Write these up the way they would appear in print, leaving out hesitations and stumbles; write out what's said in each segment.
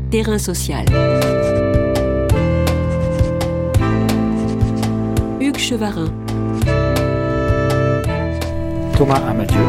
Terrain social. Hugues Chevarin. Thomas Amadieu.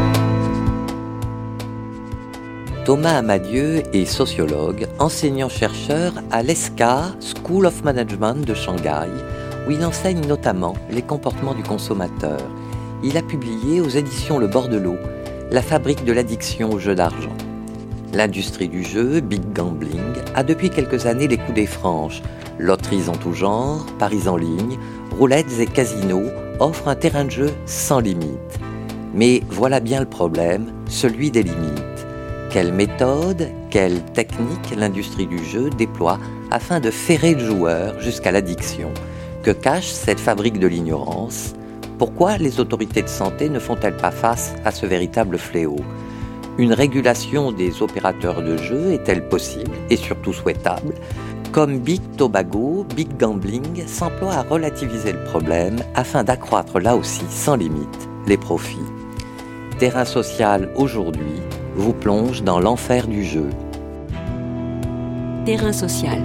Thomas Amadieu est sociologue, enseignant-chercheur à l'ESCA, School of Management de Shanghai, où il enseigne notamment les comportements du consommateur. Il a publié aux éditions Le Bordelot La fabrique de l'addiction au jeu d'argent. L'industrie du jeu, big gambling, a depuis quelques années les coudées franches. Loteries en tout genre, paris en ligne, roulettes et casinos offrent un terrain de jeu sans limite. Mais voilà bien le problème, celui des limites. Quelle méthode, quelle technique l'industrie du jeu déploie afin de ferrer le joueur jusqu'à l'addiction? Que cache cette fabrique de l'ignorance? Pourquoi les autorités de santé ne font-elles pas face à ce véritable fléau? Une régulation des opérateurs de jeu est-elle possible et surtout souhaitable? Comme Big Tobago, Big Gambling s'emploie à relativiser le problème afin d'accroître là aussi, sans limite, les profits. Terrain social aujourd'hui vous plonge dans l'enfer du jeu. Terrain social.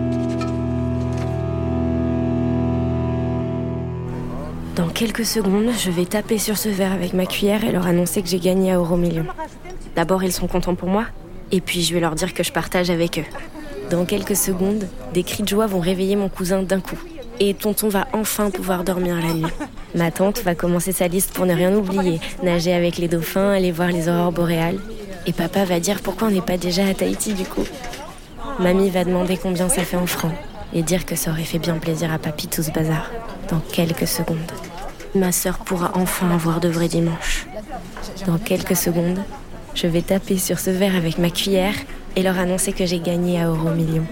Dans quelques secondes, je vais taper sur ce verre avec ma cuillère et leur annoncer que j'ai gagné à Euromillions. D'abord, ils sont contents pour moi, et puis je vais leur dire que je partage avec eux. Dans quelques secondes, des cris de joie vont réveiller mon cousin d'un coup. Et tonton va enfin pouvoir dormir la nuit. Ma tante va commencer sa liste pour ne rien oublier. Nager avec les dauphins, aller voir les aurores boréales. Et papa va dire pourquoi on n'est pas déjà à Tahiti du coup. Mamie va demander combien ça fait en francs. Et dire que ça aurait fait bien plaisir à papy tout ce bazar. Dans quelques secondes. Ma sœur pourra enfin avoir de vrais dimanches. Dans quelques secondes, je vais taper sur ce verre avec ma cuillère et leur annoncer que j'ai gagné à Euromillions.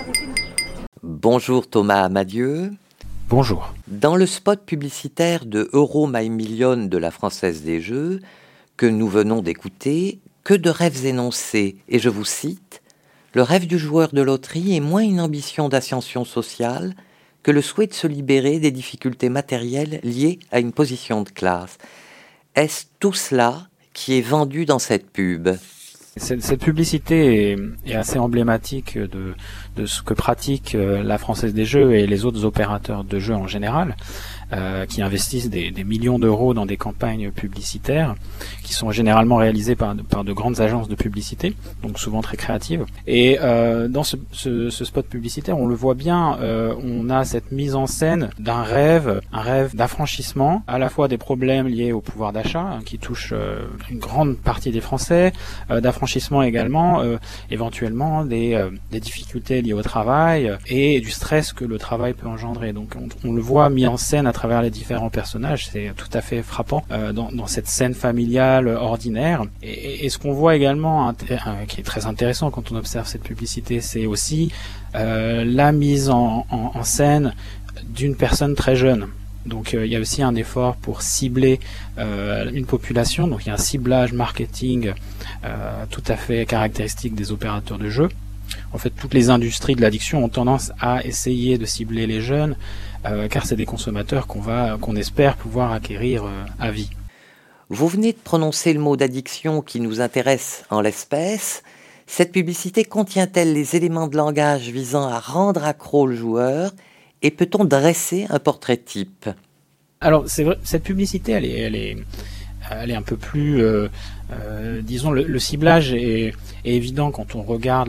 Bonjour Thomas Amadieu. Bonjour. Dans le spot publicitaire de Euro My Million de la Française des Jeux, que nous venons d'écouter, que de rêves énoncés, et je vous cite, « Le rêve du joueur de loterie est moins une ambition d'ascension sociale que le souhait de se libérer des difficultés matérielles liées à une position de classe. » Est-ce tout cela qui est vendu dans cette pub? Cette publicité est assez emblématique de ce que pratique la Française des Jeux et les autres opérateurs de jeux en général, qui investissent des millions d'euros dans des campagnes publicitaires qui sont généralement réalisées par de grandes agences de publicité, donc souvent très créatives. Et dans ce spot publicitaire, on le voit bien, on a cette mise en scène d'un rêve, un rêve d'affranchissement, à la fois des problèmes liés au pouvoir d'achat, qui touchent une grande partie des Français, d'affranchissement également, éventuellement des difficultés liées au travail et du stress que le travail peut engendrer. Donc on le voit mis en scène à travers les différents personnages, c'est tout à fait frappant dans cette scène familiale ordinaire. Et ce qu'on voit également, qui est très intéressant quand on observe cette publicité, c'est aussi la mise en scène d'une personne très jeune. Donc il y a aussi un effort pour cibler une population, donc il y a un ciblage marketing tout à fait caractéristique des opérateurs de jeux. En fait, toutes les industries de l'addiction ont tendance à essayer de cibler les jeunes, car c'est des consommateurs qu'on espère pouvoir acquérir à vie. Vous venez de prononcer le mot d'addiction qui nous intéresse en l'espèce. Cette publicité contient-elle les éléments de langage visant à rendre accro le joueur? Et peut-on dresser un portrait type? Alors, c'est vrai, cette publicité, elle est un peu plus, disons, le ciblage est évident quand on regarde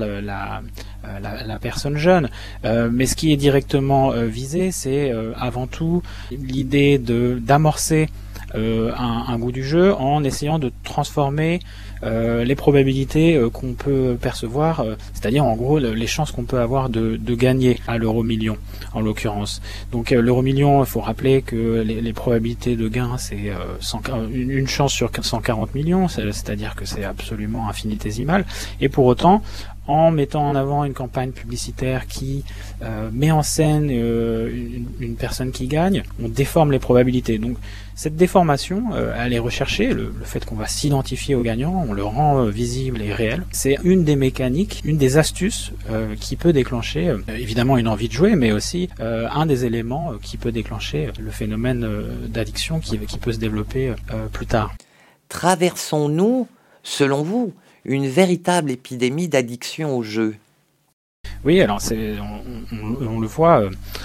la personne jeune, mais ce qui est directement visé, c'est avant tout l'idée d'amorcer un goût du jeu en essayant de transformer les probabilités qu'on peut percevoir, c'est-à-dire en gros les chances qu'on peut avoir de gagner à l'euro-million en l'occurrence. Donc l'euro-million, il faut rappeler que les probabilités de gain c'est une chance sur 140 millions, c'est-à-dire que c'est absolument infinitésimal, et pour autant en mettant en avant une campagne publicitaire qui met en scène une personne qui gagne, on déforme les probabilités. Donc cette déformation, elle est recherchée, le fait qu'on va s'identifier au gagnant, on le rend visible et réel. C'est une des mécaniques, une des astuces qui peut déclencher évidemment une envie de jouer, mais aussi un des éléments qui peut déclencher le phénomène d'addiction qui peut se développer plus tard. Traversons-nous, selon vous, une véritable épidémie d'addiction au jeu? Oui, alors on le voit.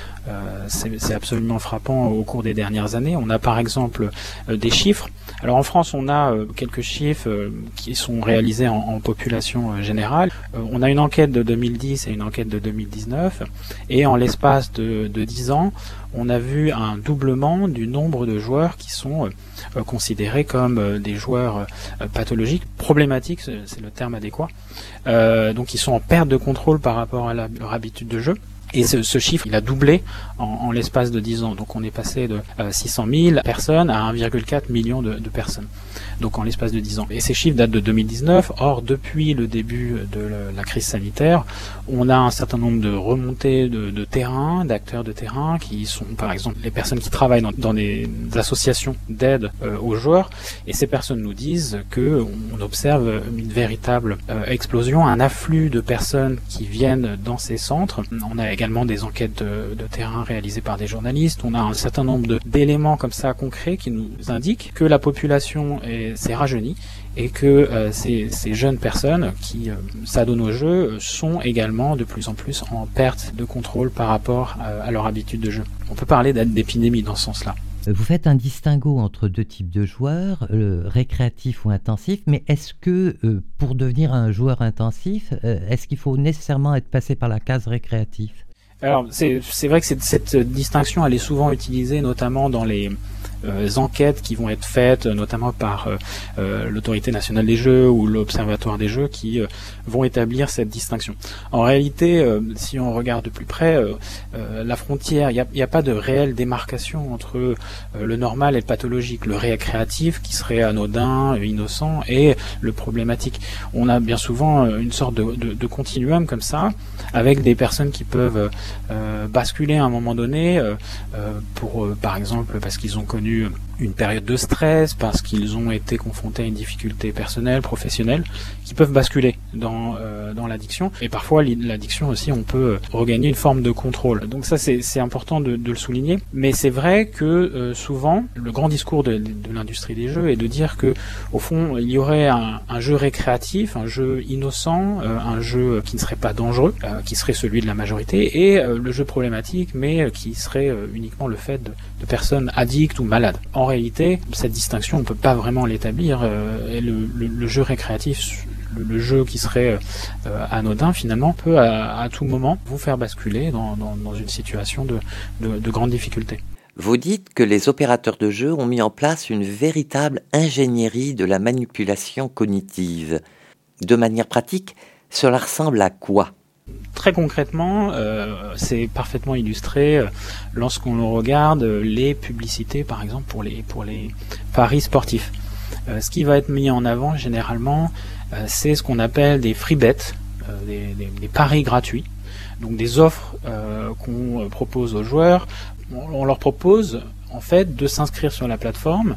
C'est absolument frappant au cours des dernières années. On a par exemple des chiffres. Alors en France, on a quelques chiffres qui sont réalisés en population générale. On a une enquête de 2010 et une enquête de 2019. Et en l'espace de 10 ans, on a vu un doublement du nombre de joueurs qui sont considérés comme des joueurs pathologiques, problématiques, c'est le terme adéquat. Donc ils sont en perte de contrôle par rapport à leur habitude de jeu. Et ce chiffre, il a doublé en l'espace de 10 ans. Donc on est passé de 600 000 personnes à 1,4 million de personnes. Donc en l'espace de 10 ans. Et ces chiffres datent de 2019. Or, depuis le début de la crise sanitaire, on a un certain nombre de remontées de terrain, d'acteurs de terrain, qui sont par exemple les personnes qui travaillent dans des associations d'aide aux joueurs. Et ces personnes nous disent que on observe une véritable explosion, un afflux de personnes qui viennent dans ces centres. On a également des enquêtes de terrain réalisées par des journalistes. On a un certain nombre d'éléments comme ça concrets qui nous indiquent que la population s'est rajeunie et que ces jeunes personnes qui s'adonnent au jeu sont également de plus en plus en perte de contrôle par rapport à leur habitude de jeu. On peut parler d'épidémie dans ce sens-là. Vous faites un distinguo entre deux types de joueurs, récréatif ou intensif, mais est-ce que pour devenir un joueur intensif, est-ce qu'il faut nécessairement être passé par la case récréatif ? Alors c'est vrai que cette distinction elle est souvent utilisée notamment dans les enquêtes qui vont être faites notamment par l'Autorité nationale des jeux ou l'Observatoire des jeux qui vont établir cette distinction. En réalité, si on regarde de plus près, la frontière, il n'y a pas de réelle démarcation entre le normal et le pathologique, le récréatif qui serait anodin, innocent et le problématique. On a bien souvent une sorte de continuum comme ça, avec des personnes qui peuvent basculer à un moment donné par exemple parce qu'ils ont connu une période de stress, parce qu'ils ont été confrontés à une difficulté personnelle, professionnelle, qui peuvent basculer dans l'addiction. Et parfois, l'addiction aussi, on peut regagner une forme de contrôle. Donc ça, c'est important de le souligner. Mais c'est vrai que souvent, le grand discours de l'industrie des jeux est de dire que, au fond, il y aurait un jeu récréatif, un jeu innocent, un jeu qui ne serait pas dangereux, qui serait celui de la majorité, et le jeu problématique, mais qui serait uniquement le fait de personnes addictes ou malades. En réalité, cette distinction, on ne peut pas vraiment l'établir. Et le jeu récréatif, le jeu qui serait anodin, finalement, peut à tout moment vous faire basculer dans une situation de grande difficulté. Vous dites que les opérateurs de jeu ont mis en place une véritable ingénierie de la manipulation cognitive. De manière pratique, cela ressemble à quoi ? Très concrètement, c'est parfaitement illustré lorsqu'on regarde les publicités, par exemple, pour les paris sportifs. Ce qui va être mis en avant, généralement, c'est ce qu'on appelle des free bets, des paris gratuits. Donc des offres qu'on propose aux joueurs. On leur propose, en fait, de s'inscrire sur la plateforme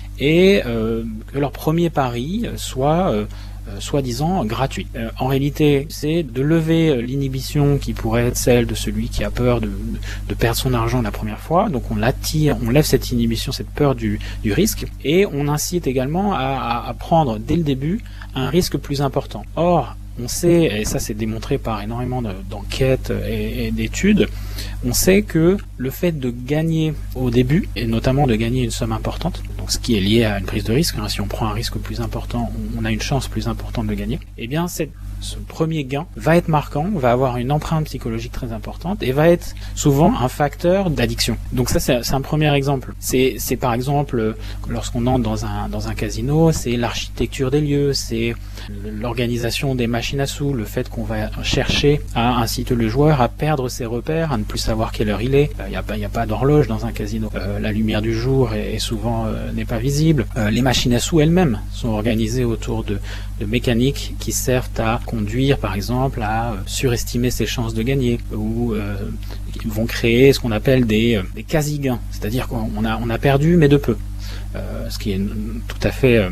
et que leur premier pari soit soi-disant gratuit. En réalité, c'est de lever l'inhibition qui pourrait être celle de celui qui a peur de perdre son argent la première fois. Donc on l'attire, on lève cette inhibition, cette peur du risque, et on incite également à prendre dès le début un risque plus important. Or, on sait, et ça c'est démontré par énormément d'enquêtes et d'études, on sait que le fait de gagner au début, et notamment de gagner une somme importante, donc ce qui est lié à une prise de risque, si on prend un risque plus important, on a une chance plus importante de gagner, et bien ce premier gain va être marquant, va avoir une empreinte psychologique très importante et va être souvent un facteur d'addiction. Donc ça c'est un premier exemple. C'est par exemple lorsqu'on entre dans un casino, c'est l'architecture des lieux, c'est l'organisation des machines à sous, le fait qu'on va chercher à inciter le joueur à perdre ses repères, à ne plus savoir quelle heure il est. Il n'y a pas d'horloge dans un casino. La lumière du jour est souvent n'est pas visible. Les machines à sous elles-mêmes sont organisées autour de mécaniques qui servent à conduire, par exemple, à surestimer ses chances de gagner, ou vont créer ce qu'on appelle des quasi-gains, c'est-à-dire qu'on a perdu mais de peu, ce qui est tout à fait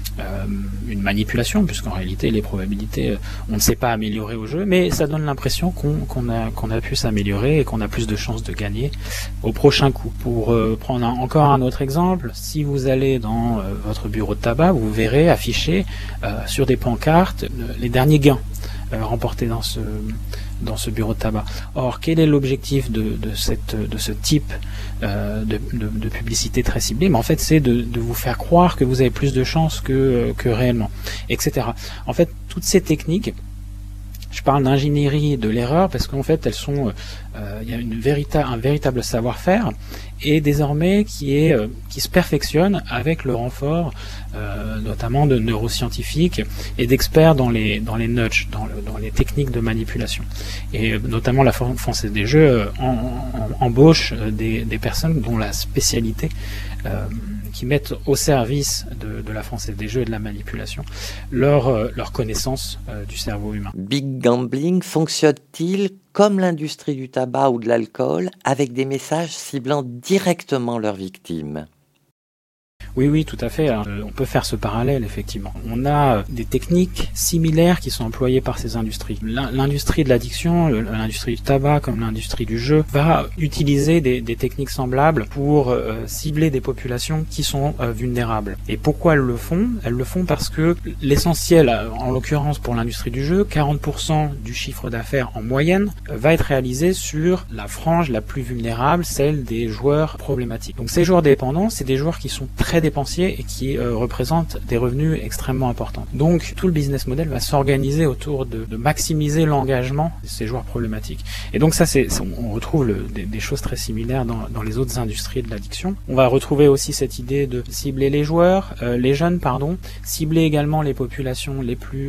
une manipulation, puisqu'en réalité les probabilités on ne sait pas améliorer au jeu, mais ça donne l'impression qu'on a pu s'améliorer et qu'on a plus de chances de gagner au prochain coup. Pour prendre encore un autre exemple, si vous allez dans votre bureau de tabac, vous verrez affiché sur des pancartes les derniers gains. remportés dans ce bureau de tabac. Or, quel est l'objectif de ce type de publicité très ciblée? Mais en fait, c'est de vous faire croire que vous avez plus de chances que réellement, etc. En fait, toutes ces techniques, je parle d'ingénierie de l'erreur parce qu'en fait, elles sont, il y a un véritable savoir-faire et désormais qui se perfectionne avec le renfort notamment de neuroscientifiques et d'experts dans les nudges, dans les techniques de manipulation. Et notamment la Française des Jeux embauche des personnes dont la spécialité qui mettent au service de la Française des Jeux et de la manipulation leur connaissance du cerveau humain. Big Gambling fonctionne-t-il comme l'industrie du tabac ou de l'alcool, avec des messages ciblant directement leurs victimes? Oui, tout à fait. Alors, on peut faire ce parallèle, effectivement. On a des techniques similaires qui sont employées par ces industries. L'industrie de l'addiction, l'industrie du tabac, comme l'industrie du jeu, va utiliser des techniques semblables pour cibler des populations qui sont vulnérables. Et pourquoi elles le font? Elles le font parce que l'essentiel, en l'occurrence pour l'industrie du jeu, 40% du chiffre d'affaires en moyenne va être réalisé sur la frange la plus vulnérable, celle des joueurs problématiques. Donc ces joueurs dépendants, c'est des joueurs qui sont très dépensiers et qui représentent des revenus extrêmement importants. Donc tout le business model va s'organiser autour de maximiser l'engagement de ces joueurs problématiques. Et donc ça, on retrouve des choses très similaires dans les autres industries de l'addiction. On va retrouver aussi cette idée de cibler les joueurs, les jeunes, cibler également les populations les plus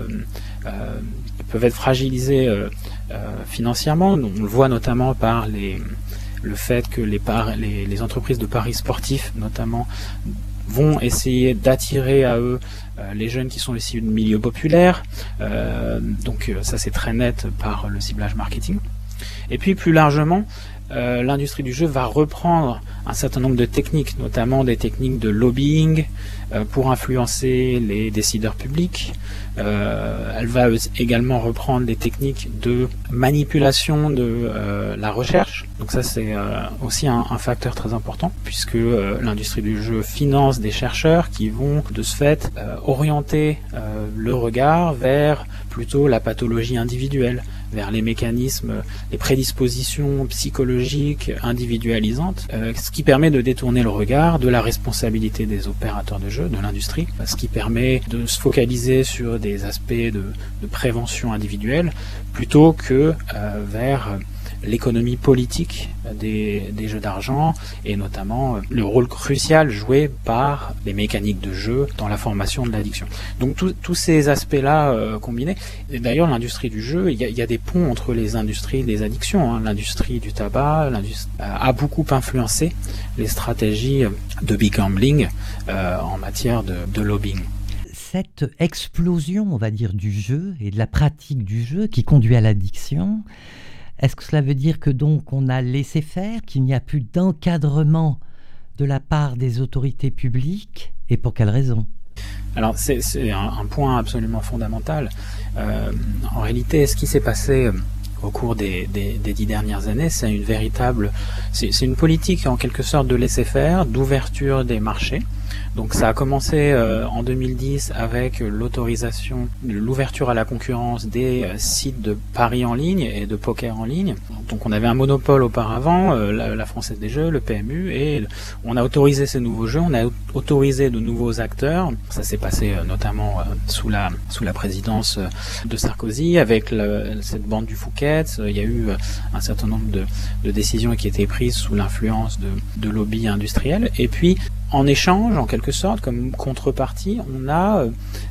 qui peuvent être fragilisées financièrement. On le voit notamment par le fait que les entreprises de paris sportifs, notamment, vont essayer d'attirer à eux les jeunes qui sont issus de milieux populaires. Donc ça, c'est très net par le ciblage marketing. Et puis, plus largement, l'industrie du jeu va reprendre un certain nombre de techniques, notamment des techniques de lobbying pour influencer les décideurs publics. Elle va également reprendre des techniques de manipulation de la recherche. Donc ça, c'est aussi un facteur très important, puisque l'industrie du jeu finance des chercheurs qui vont de ce fait orienter le regard vers plutôt la pathologie individuelle, vers les mécanismes, les prédispositions psychologiques individualisantes, ce qui permet de détourner le regard de la responsabilité des opérateurs de jeu, de l'industrie, ce qui permet de se focaliser sur des aspects de prévention individuelle plutôt que vers l'économie politique des jeux d'argent et notamment le rôle crucial joué par les mécaniques de jeu dans la formation de l'addiction. Donc tous ces aspects-là combinés, et d'ailleurs l'industrie du jeu, il y a des ponts entre les industries des addictions. L'industrie du tabac a beaucoup influencé les stratégies de big gambling en matière de lobbying. Cette explosion, on va dire, du jeu et de la pratique du jeu qui conduit à l'addiction, est-ce que cela veut dire que donc on a laissé faire, qu'il n'y a plus d'encadrement de la part des autorités publiques, et pour quelles raisons? Alors c'est un point absolument fondamental. En réalité, ce qui s'est passé au cours des 10 dernières années, c'est une politique en quelque sorte de laisser-faire, d'ouverture des marchés. Donc ça a commencé en 2010 avec l'ouverture à la concurrence des sites de paris en ligne et de poker en ligne. Donc on avait un monopole auparavant, la Française des Jeux, le PMU, et on a autorisé ces nouveaux jeux, on a autorisé de nouveaux acteurs. Ça s'est passé notamment sous la présidence de Sarkozy avec cette bande du Fouquet's. Il y a eu un certain nombre de décisions qui étaient prises sous l'influence de lobbies industriels. Et puis en échange, en quelque sorte, comme contrepartie, on a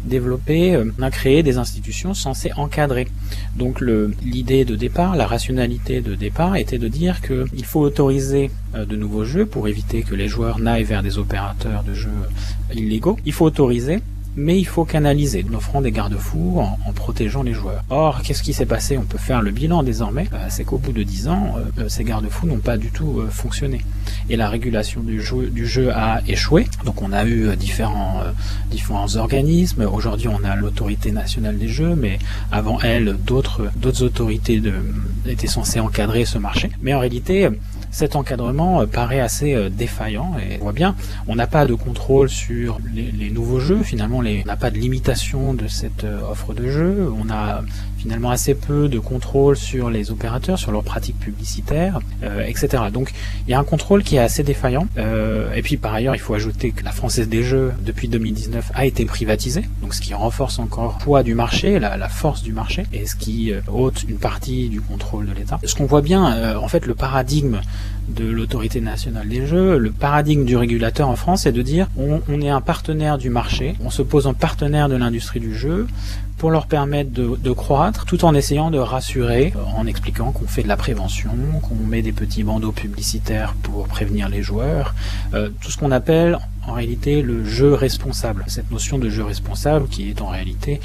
créé des institutions censées encadrer. Donc l'idée de départ, la rationalité de départ était de dire qu'il faut autoriser de nouveaux jeux pour éviter que les joueurs n'aillent vers des opérateurs de jeux illégaux. Il faut autoriser, mais il faut canaliser, en offrant des garde-fous, en protégeant les joueurs. Or, qu'est-ce qui s'est passé? On peut faire le bilan désormais, c'est qu'au bout de 10 ans, ces garde-fous n'ont pas du tout fonctionné. Et la régulation du jeu a échoué. Donc on a eu différents organismes. Aujourd'hui, on a l'autorité nationale des jeux, mais avant elle, d'autres autorités étaient censées encadrer ce marché. Mais en réalité, cet encadrement paraît assez défaillant, et on voit bien, on n'a pas de contrôle sur les nouveaux jeux, finalement on n'a pas de limitation de cette offre de jeu, on a finalement assez peu de contrôle sur les opérateurs, sur leurs pratiques publicitaires, etc. Donc il y a un contrôle qui est assez défaillant. Et puis par ailleurs, il faut ajouter que la Française des Jeux, depuis 2019, a été privatisée, donc ce qui renforce encore le poids du marché, la force du marché, et ce qui ôte une partie du contrôle de l'État. Ce qu'on voit bien, en fait, le paradigme de l'autorité nationale des jeux, le paradigme du régulateur en France, c'est de dire on est un partenaire du marché, on se pose en partenaire de l'industrie du jeu pour leur permettre de croître, tout en essayant de rassurer, en expliquant qu'on fait de la prévention, qu'on met des petits bandeaux publicitaires pour prévenir les joueurs, tout ce qu'on appelle en réalité le jeu responsable. Cette notion de jeu responsable qui est en réalité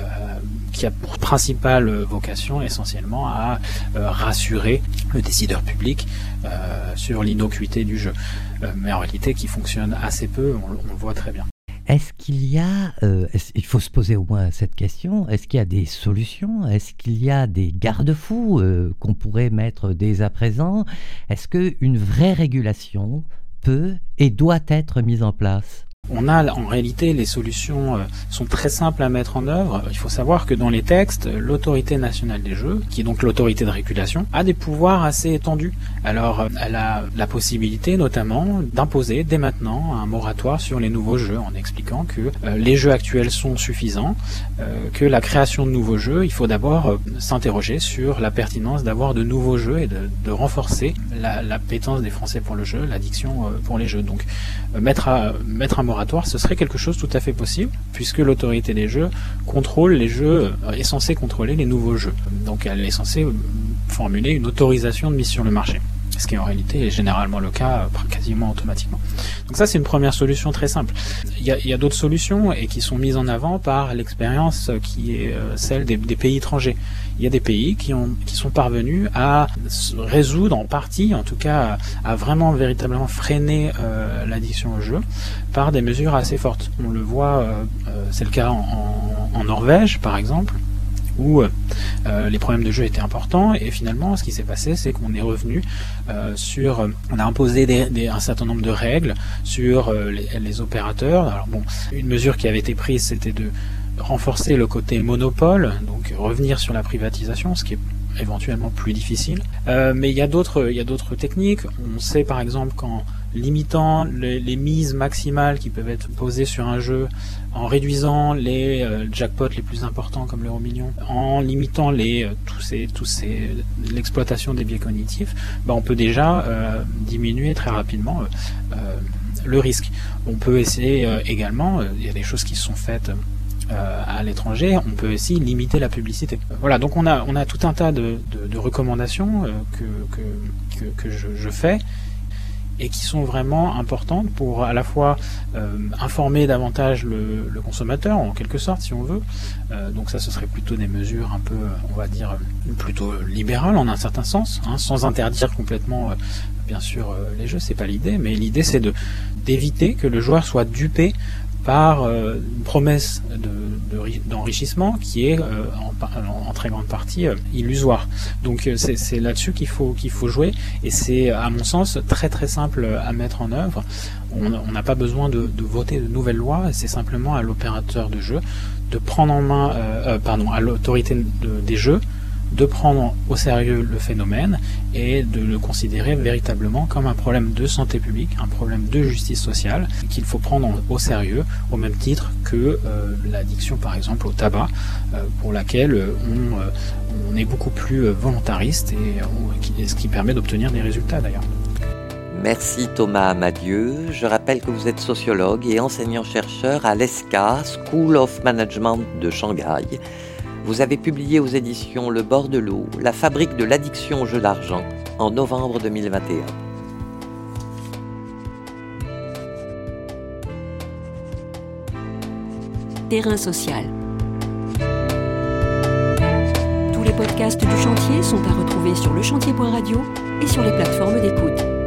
qui a pour principale vocation essentiellement à rassurer le décideur public sur l'innocuité du jeu, mais en réalité qui fonctionne assez peu, on le voit très bien. Est-ce qu'il y a, il faut se poser au moins cette question, est-ce qu'il y a des solutions? Est-ce qu'il y a des garde-fous qu'on pourrait mettre dès à présent? Est-ce qu'une vraie régulation peut et doit être mise en place? On a en réalité, les solutions sont très simples à mettre en œuvre. Il faut savoir que dans les textes, l'autorité nationale des jeux, qui est donc l'autorité de régulation, a des pouvoirs assez étendus. Alors, elle a la possibilité notamment d'imposer dès maintenant un moratoire sur les nouveaux jeux, en expliquant que les jeux actuels sont suffisants, que la création de nouveaux jeux, il faut d'abord s'interroger sur la pertinence d'avoir de nouveaux jeux et de renforcer l'appétence des Français pour le jeu, l'addiction pour les jeux. Donc, mettre un moratoire, ce serait quelque chose tout à fait possible, puisque l'autorité des jeux contrôle les jeux, est censée contrôler les nouveaux jeux. Donc elle est censée formuler une autorisation de mise sur le marché, ce qui en réalité est généralement le cas quasiment automatiquement. Donc ça, c'est une première solution très simple. Il y a d'autres solutions et qui sont mises en avant par l'expérience qui est celle des pays étrangers. Il y a des pays qui sont parvenus à résoudre en partie, en tout cas à vraiment véritablement freiner l'addiction au jeu par des mesures assez fortes. On le voit, c'est le cas en Norvège par exemple, où les problèmes de jeu étaient importants, et finalement ce qui s'est passé, c'est qu'on est revenu on a imposé un certain nombre de règles sur les opérateurs. Alors bon, une mesure qui avait été prise, c'était de renforcer le côté monopole, donc revenir sur la privatisation, ce qui est éventuellement plus difficile. Mais il y a d'autres techniques. On sait par exemple qu'en limitant les mises maximales qui peuvent être posées sur un jeu, en réduisant les jackpots les plus importants comme l'euro-million, en limitant l'exploitation des biais cognitifs, on peut déjà diminuer très rapidement le risque. On peut essayer également, il y a des choses qui sont faites à l'étranger, on peut aussi limiter la publicité. Voilà, donc on a tout un tas de recommandations que je fais et qui sont vraiment importantes pour à la fois informer davantage le consommateur, en quelque sorte, si on veut. Donc ça, ce serait plutôt des mesures un peu, on va dire, plutôt libérales en un certain sens, sans interdire complètement, bien sûr, les jeux, c'est pas l'idée, mais l'idée c'est d'éviter que le joueur soit dupé par une promesse d'enrichissement qui est en très grande partie illusoire. Donc c'est là-dessus qu'il faut jouer, et c'est à mon sens très très simple à mettre en œuvre. On n'a pas besoin de voter de nouvelles lois, c'est simplement à l'opérateur de jeu de prendre en main, à l'autorité des jeux de prendre au sérieux le phénomène et de le considérer véritablement comme un problème de santé publique, un problème de justice sociale qu'il faut prendre au sérieux, au même titre que l'addiction par exemple au tabac, pour laquelle on est beaucoup plus volontariste, et ce qui permet d'obtenir des résultats d'ailleurs. Merci Thomas Amadieu. Je rappelle que vous êtes sociologue et enseignant-chercheur à l'ESCA, School of Management de Shanghai. Vous avez publié aux éditions Le Bord de l'eau, La fabrique de l'addiction au jeu d'argent, en novembre 2021. Terrain social. Tous les podcasts du chantier sont à retrouver sur lechantier.radio et sur les plateformes d'écoute.